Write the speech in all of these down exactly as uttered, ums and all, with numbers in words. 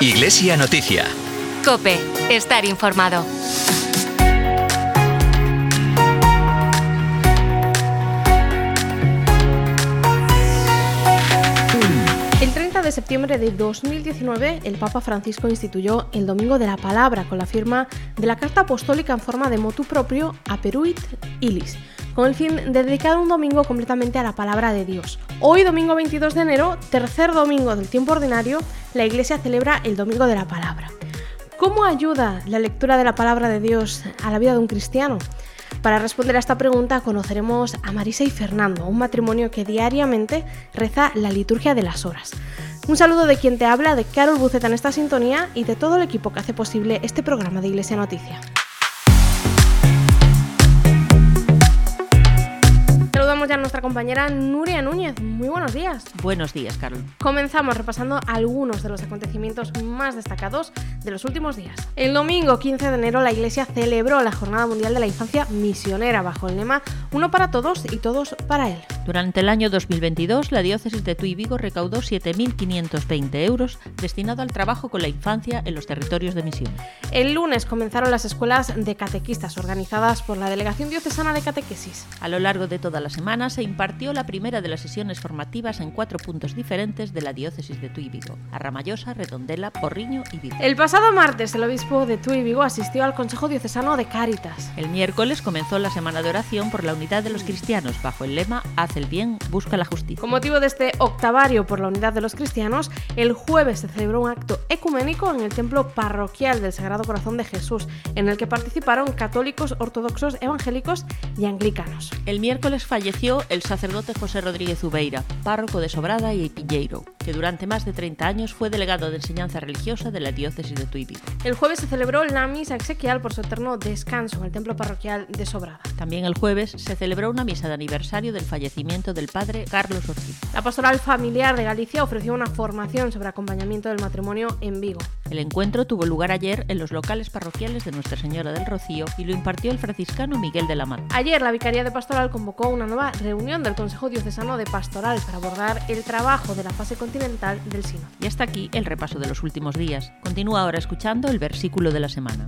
Iglesia Noticia. COPE. Estar informado. El treinta de septiembre de dos mil diecinueve, el Papa Francisco instituyó el Domingo de la Palabra con la firma de la Carta Apostólica en forma de motu propio Aperuit Illis, con el fin de dedicar un domingo completamente a la Palabra de Dios. Hoy, domingo veintidós de enero, tercer domingo del tiempo ordinario, la Iglesia celebra el Domingo de la Palabra. ¿Cómo ayuda la lectura de la Palabra de Dios a la vida de un cristiano? Para responder a esta pregunta conoceremos a Marisa y Fernando, un matrimonio que diariamente reza la liturgia de las horas. Un saludo de quien te habla, de Carol Buceta en esta sintonía y de todo el equipo que hace posible este programa de Iglesia Noticia. Saludamos ya a nuestra compañera Nuria Núñez. Muy buenos días. Buenos días, Carol. Comenzamos repasando algunos de los acontecimientos más destacados de los últimos días. El domingo quince de enero la Iglesia celebró la Jornada Mundial de la Infancia Misionera bajo el lema Uno para todos y todos para él. Durante el año dos mil veintidós, la diócesis de Tui y Vigo recaudó siete mil quinientos veinte euros destinado al trabajo con la infancia en los territorios de misión. El lunes comenzaron las escuelas de catequistas organizadas por la Delegación Diocesana de Catequesis. A lo largo de toda la semana se impartió la primera de las sesiones formativas en cuatro puntos diferentes de la diócesis de Tui y Vigo: Arramallosa, Redondela, Porriño y Vigo. El pasado martes el obispo de Tui y Vigo asistió al Consejo Diocesano de Cáritas. El miércoles comenzó la semana de oración por la unidad de los cristianos bajo el lema Haz el bien, busca la justicia. Con motivo de este octavario por la unidad de los cristianos, el jueves se celebró un acto ecuménico en el templo parroquial del Sagrado Corazón de Jesús, en el que participaron católicos, ortodoxos, evangélicos y anglicanos. El miércoles falleció el sacerdote José Rodríguez Ubeira, párroco de Sobrada y Piñeiro, que durante más de treinta años fue delegado de enseñanza religiosa de la diócesis de Tui y Vigo. El jueves se celebró la misa exequial por su eterno descanso en el templo parroquial de Sobrada. También el jueves se celebró una misa de aniversario del fallecimiento del padre Carlos Ortiz. La Pastoral Familiar de Galicia ofreció una formación sobre acompañamiento del matrimonio en Vigo. El encuentro tuvo lugar ayer en los locales parroquiales de Nuestra Señora del Rocío y lo impartió el franciscano Miguel de la Mata. Ayer la Vicaría de Pastoral convocó una nueva reunión del Consejo Diocesano de Pastoral para abordar el trabajo de la fase continental del Sínodo. Y hasta aquí el repaso de los últimos días. Continúa ahora escuchando el versículo de la semana.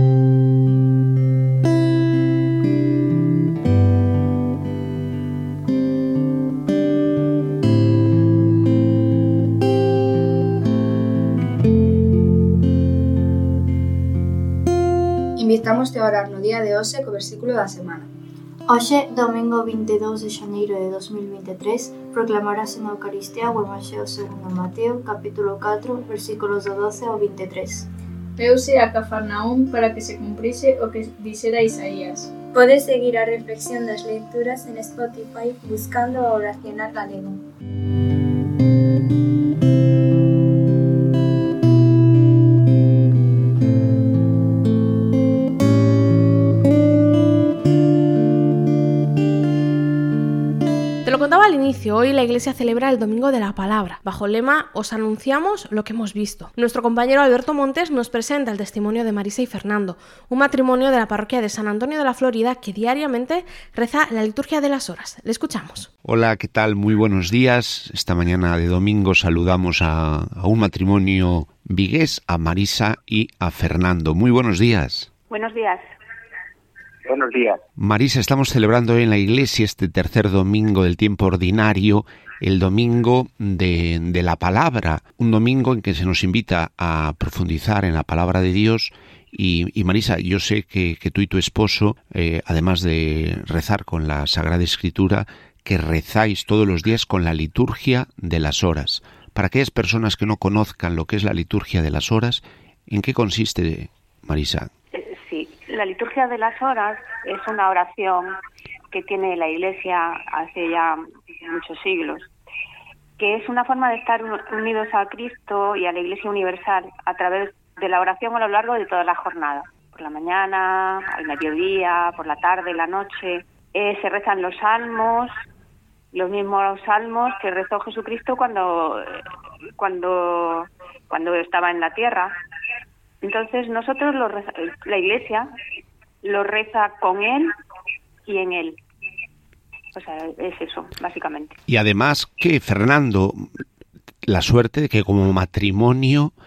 Invitamos a orar no día de hoxe co versículo da semana. Hoxe, domingo vinte e dous de xaneiro de dos mil vinte e tres, proclamarase na Eucaristía o Evanxeo segundo Mateo, capítulo catro, versículos do doce ao vinte e tres. Veuse a Cafarnaúm para que se cumprise o que dixera Isaías. Podes seguir a reflexión das lecturas en Spotify buscando a Oracionar Galego. Contaba al inicio, hoy la Iglesia celebra el Domingo de la Palabra. Bajo el lema Os anunciamos lo que hemos visto. Nuestro compañero Alberto Montes nos presenta el testimonio de Marisa y Fernando, un matrimonio de la parroquia de San Antonio de la Florida que diariamente reza la liturgia de las horas. Le escuchamos. Hola, ¿qué tal? Muy buenos días. Esta mañana de domingo saludamos a, a un matrimonio vigués, a Marisa y a Fernando. Muy buenos días. Buenos días. Buenos días. Marisa, estamos celebrando hoy en la iglesia este tercer domingo del tiempo ordinario, el domingo de, de la palabra, un domingo en que se nos invita a profundizar en la palabra de Dios. Y, y Marisa, yo sé que, que tú y tu esposo, eh, además de rezar con la Sagrada Escritura, que rezáis todos los días con la liturgia de las horas. Para aquellas personas que no conozcan lo que es la liturgia de las horas, ¿en qué consiste, Marisa? La liturgia de las horas es una oración que tiene la Iglesia hace ya muchos siglos, que es una forma de estar unidos a Cristo y a la Iglesia universal a través de la oración a lo largo de toda la jornada. Por la mañana, al mediodía, por la tarde, la noche. Eh, se rezan los salmos, los mismos salmos que rezó Jesucristo cuando, cuando, cuando estaba en la tierra. Entonces nosotros, lo reza, la Iglesia, lo reza con Él y en Él. O sea, es eso, básicamente. Y además que, Fernando, la suerte de que como matrimonio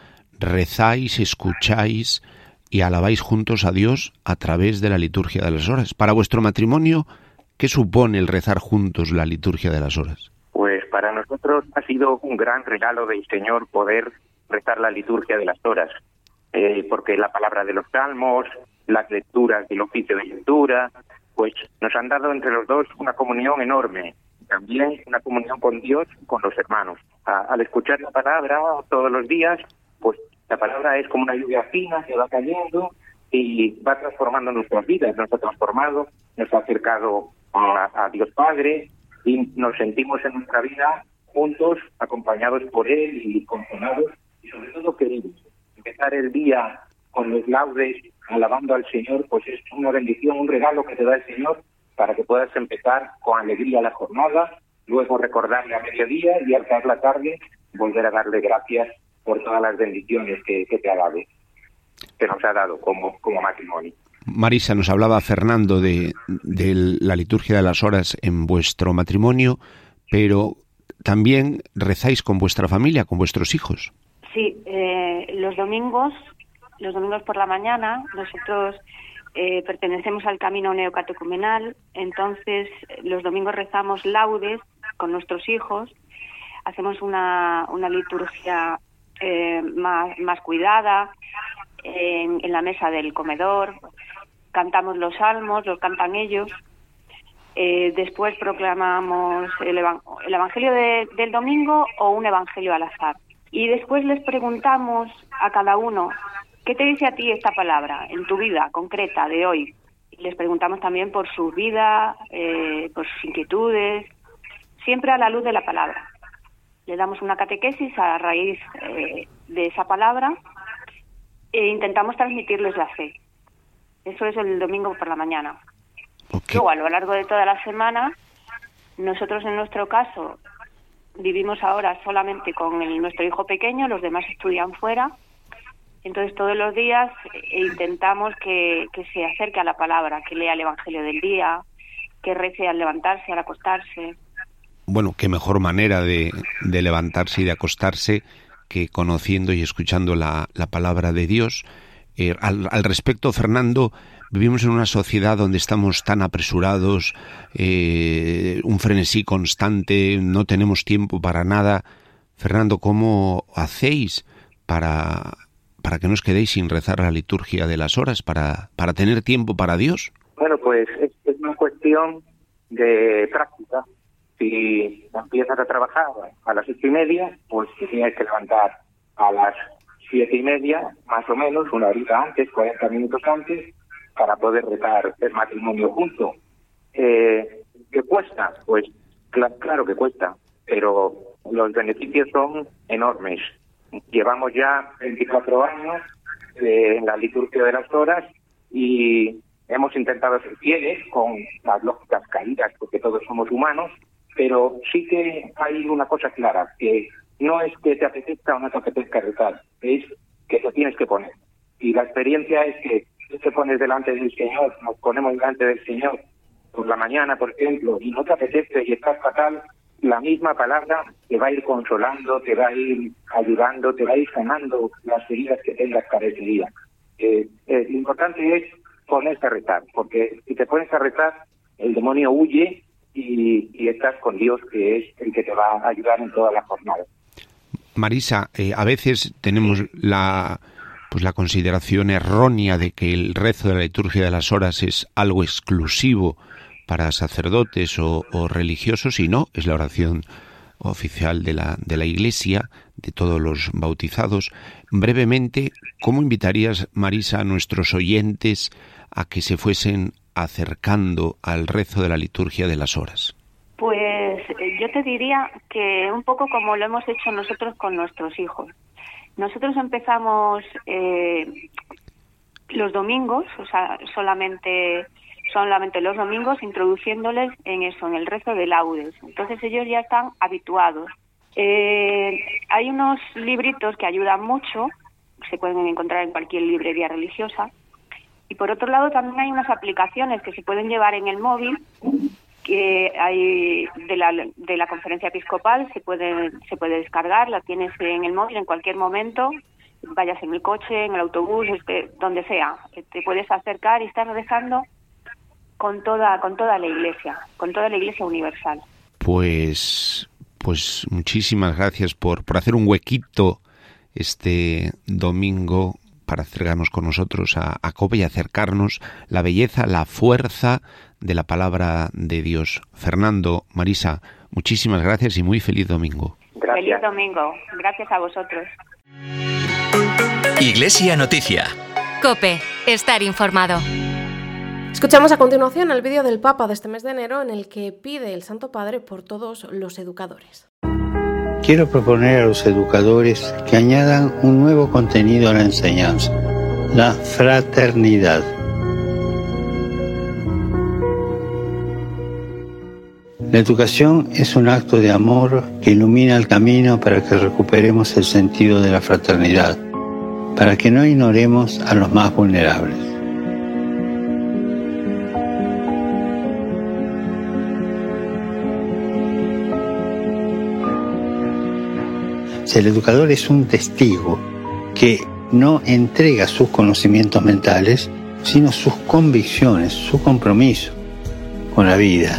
rezáis, escucháis y alabáis juntos a Dios a través de la liturgia de las horas. Para vuestro matrimonio, ¿qué supone el rezar juntos la liturgia de las horas? Pues para nosotros ha sido un gran regalo del Señor poder rezar la liturgia de las horas, eh, porque la palabra de los salmos, las lecturas del oficio de lectura, pues nos han dado entre los dos una comunión enorme, también una comunión con Dios, con los hermanos. A, al escuchar la palabra todos los días, pues la palabra es como una lluvia fina que va cayendo y va transformando nuestras vidas, nos ha transformado, nos ha acercado a, a Dios Padre y nos sentimos en nuestra vida juntos, acompañados por Él y consolados y sobre todo queridos. Empezar el día con los laudes, alabando al Señor, pues es una bendición, un regalo que te da el Señor para que puedas empezar con alegría la jornada, luego recordarle a mediodía y al caer la tarde volver a darle gracias por todas las bendiciones que, que te ha dado, que nos ha dado como, como matrimonio. Marisa, nos hablaba Fernando de, de la liturgia de las horas en vuestro matrimonio, pero también rezáis con vuestra familia, con vuestros hijos. Sí, eh, los domingos, los domingos por la mañana, nosotros eh, pertenecemos al camino neocatecumenal, entonces los domingos rezamos laudes con nuestros hijos, hacemos una, una liturgia eh, más, más cuidada en, en la mesa del comedor, cantamos los salmos, los cantan ellos, eh, después proclamamos el, evan- el evangelio de, del domingo o un evangelio al azar. Y después les preguntamos a cada uno, ¿qué te dice a ti esta palabra en tu vida concreta de hoy? Y les preguntamos también por su vida, eh, por sus inquietudes, siempre a la luz de la palabra. Le damos una catequesis a raíz eh, de esa palabra e intentamos transmitirles la fe. Eso es el domingo por la mañana. Okay. Luego, a lo largo de toda la semana, nosotros en nuestro caso vivimos ahora solamente con el, nuestro hijo pequeño, los demás estudian fuera, entonces todos los días eh, intentamos que, que se acerque a la palabra, que lea el Evangelio del día, que rece al levantarse, al acostarse. Bueno, qué mejor manera de, de levantarse y de acostarse que conociendo y escuchando la, la palabra de Dios. Eh, al, al respecto, Fernando, vivimos en una sociedad donde estamos tan apresurados, eh, un frenesí constante, no tenemos tiempo para nada. Fernando, ¿cómo hacéis para, para que no os quedéis sin rezar la liturgia de las horas, para, para tener tiempo para Dios? Bueno, pues es, es una cuestión de práctica. Si empiezas a trabajar a las ocho y media, pues te tienes que levantar a las siete y media, más o menos, una horita antes, cuarenta minutos antes, para poder rezar el matrimonio junto. Eh, ¿Qué cuesta? Pues cl- claro que cuesta, pero los beneficios son enormes. Llevamos ya veinticuatro años eh, en la liturgia de las horas y hemos intentado ser fieles con las lógicas caídas, porque todos somos humanos, pero sí que hay una cosa clara, que no es que te apetezca o no te apetezca rezar, es que te tienes que poner. Y la experiencia es que tú te pones delante del Señor, nos ponemos delante del Señor por la mañana, por ejemplo, y no te apetece y estás fatal, la misma palabra te va a ir consolando, te va a ir ayudando, te va a ir sanando las heridas que tengas para ese día. Eh, eh, lo importante es ponerse a rezar, porque si te pones a rezar, el demonio huye y, y estás con Dios, que es el que te va a ayudar en toda la jornada. Marisa, eh, a veces tenemos la pues la consideración errónea de que el rezo de la liturgia de las horas es algo exclusivo para sacerdotes o, o religiosos, y no, es la oración oficial de la de la Iglesia, de todos los bautizados. Brevemente, ¿cómo invitarías, Marisa, a nuestros oyentes a que se fuesen acercando al rezo de la liturgia de las horas? Pues eh, yo te diría que un poco como lo hemos hecho nosotros con nuestros hijos. Nosotros empezamos eh, los domingos, o sea, solamente solamente los domingos, introduciéndoles en eso, en el rezo de laudes. Entonces ellos ya están habituados. Eh, hay unos libritos que ayudan mucho, se pueden encontrar en cualquier librería religiosa. Y por otro lado también hay unas aplicaciones que se pueden llevar en el móvil, que hay de la de la conferencia episcopal, se puede se puede descargar, la tienes en el móvil en cualquier momento, vayas en el coche, en el autobús, este, donde sea, te puedes acercar y estar rezando con toda, con toda la Iglesia, con toda la Iglesia universal. Pues, pues muchísimas gracias por, por hacer un huequito este domingo para acercarnos con nosotros a, a COPE y acercarnos la belleza, la fuerza de la palabra de Dios. Fernando, Marisa, muchísimas gracias y muy feliz domingo. Gracias. Feliz domingo. Gracias a vosotros. Iglesia Noticia. COPE. Estar informado. Escuchamos a continuación el vídeo del Papa de este mes de enero en el que pide el Santo Padre por todos los educadores. Quiero proponer a los educadores que añadan un nuevo contenido a la enseñanza, la fraternidad. La educación es un acto de amor que ilumina el camino para que recuperemos el sentido de la fraternidad, para que no ignoremos a los más vulnerables. Si el educador es un testigo que no entrega sus conocimientos mentales, sino sus convicciones, su compromiso con la vida.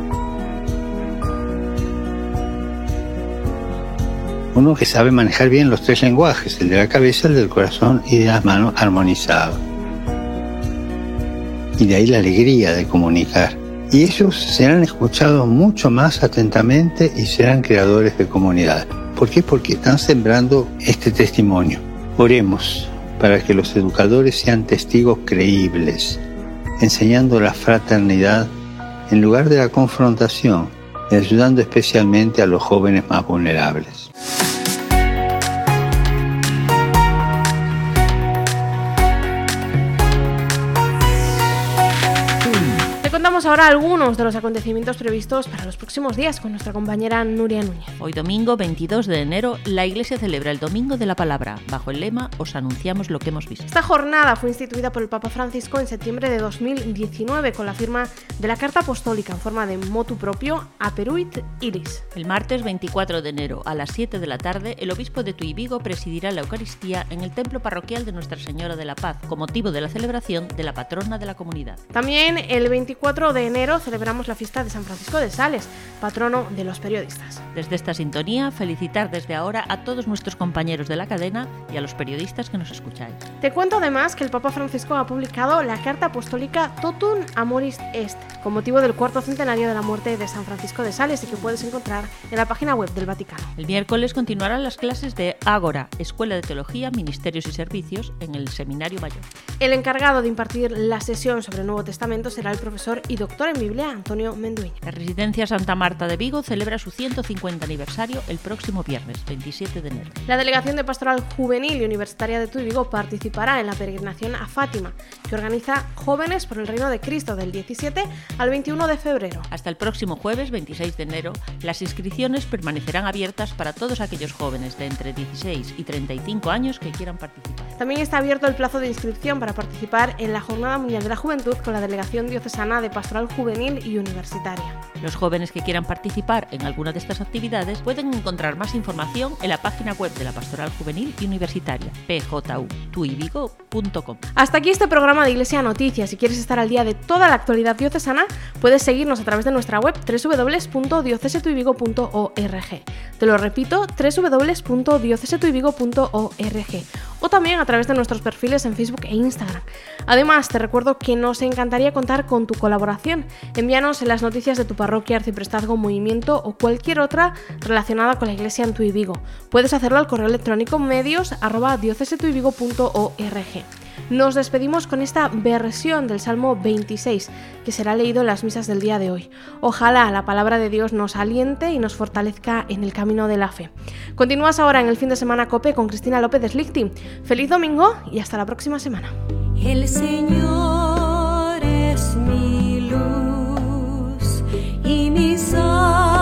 Uno que sabe manejar bien los tres lenguajes, el de la cabeza, el del corazón y de las manos, armonizado. Y de ahí la alegría de comunicar. Y ellos serán escuchados mucho más atentamente y serán creadores de comunidad. ¿Por qué? Porque están sembrando este testimonio. Oremos para que los educadores sean testigos creíbles, enseñando la fraternidad en lugar de la confrontación y ayudando especialmente a los jóvenes más vulnerables. Contamos ahora algunos de los acontecimientos previstos para los próximos días con nuestra compañera Nuria Núñez. Hoy domingo veintidós de enero, la Iglesia celebra el Domingo de la Palabra, bajo el lema Os anunciamos lo que hemos visto. Esta jornada fue instituida por el Papa Francisco en septiembre de dos mil diecinueve con la firma de la Carta Apostólica en forma de motu propio Aperuit Ilis. El martes veinticuatro de enero a las siete de la tarde, el obispo de Tuy Vigo presidirá la Eucaristía en el templo parroquial de Nuestra Señora de la Paz, con motivo de la celebración de la patrona de la comunidad. También el veinticuatro de enero celebramos la fiesta de San Francisco de Sales, patrono de los periodistas. Desde esta sintonía, felicitar desde ahora a todos nuestros compañeros de la cadena y a los periodistas que nos escucháis. Te cuento además que el Papa Francisco ha publicado la Carta Apostólica Totum Amoris Est, con motivo del cuarto centenario de la muerte de San Francisco de Sales y que puedes encontrar en la página web del Vaticano. El miércoles continuarán las clases de Ágora, Escuela de Teología, Ministerios y Servicios, en el Seminario Mayor. El encargado de impartir la sesión sobre el Nuevo Testamento será el profesor y doctor en Biblia Antonio Mendueña. La Residencia Santa Marta de Vigo celebra su ciento cincuenta aniversario el próximo viernes, veintisiete de enero. La Delegación de Pastoral Juvenil y Universitaria de Tuy Vigo participará en la peregrinación a Fátima, que organiza Jóvenes por el Reino de Cristo del diecisiete al veintiuno de febrero. Hasta el próximo jueves, veintiséis de enero, las inscripciones permanecerán abiertas para todos aquellos jóvenes de entre dieciséis y treinta y cinco años que quieran participar. También está abierto el plazo de inscripción para participar en la Jornada Mundial de la Juventud con la Delegación Diocesana de Pastoral Juvenil y Universitaria. Los jóvenes que quieran participar en alguna de estas actividades pueden encontrar más información en la página web de la Pastoral Juvenil y Universitaria, p j u tuy vigo punto com. Hasta aquí este programa de Iglesia Noticias. Si quieres estar al día de toda la actualidad diocesana, puedes seguirnos a través de nuestra web doble u doble u doble u punto diocese tuy vigo punto org. Te lo repito, doble u doble u doble u punto diocese tuy vigo punto org. O también a través de nuestros perfiles en Facebook e Instagram. Además, te recuerdo que nos encantaría contar con tu colaboración. Envíanos en las noticias de tu parroquia, arciprestazgo, movimiento o cualquier otra relacionada con la Iglesia en Tuy Vigo. Puedes hacerlo al correo electrónico medios arroba diocese tuy vigo punto org. Nos despedimos con esta versión del Salmo veintiséis, que será leído en las misas del día de hoy. Ojalá la palabra de Dios nos aliente y nos fortalezca en el camino de la fe. Continúas ahora en el fin de semana COPE con Cristina López de Slichting. Feliz domingo y hasta la próxima semana. El Señor es mi luz y mi sol.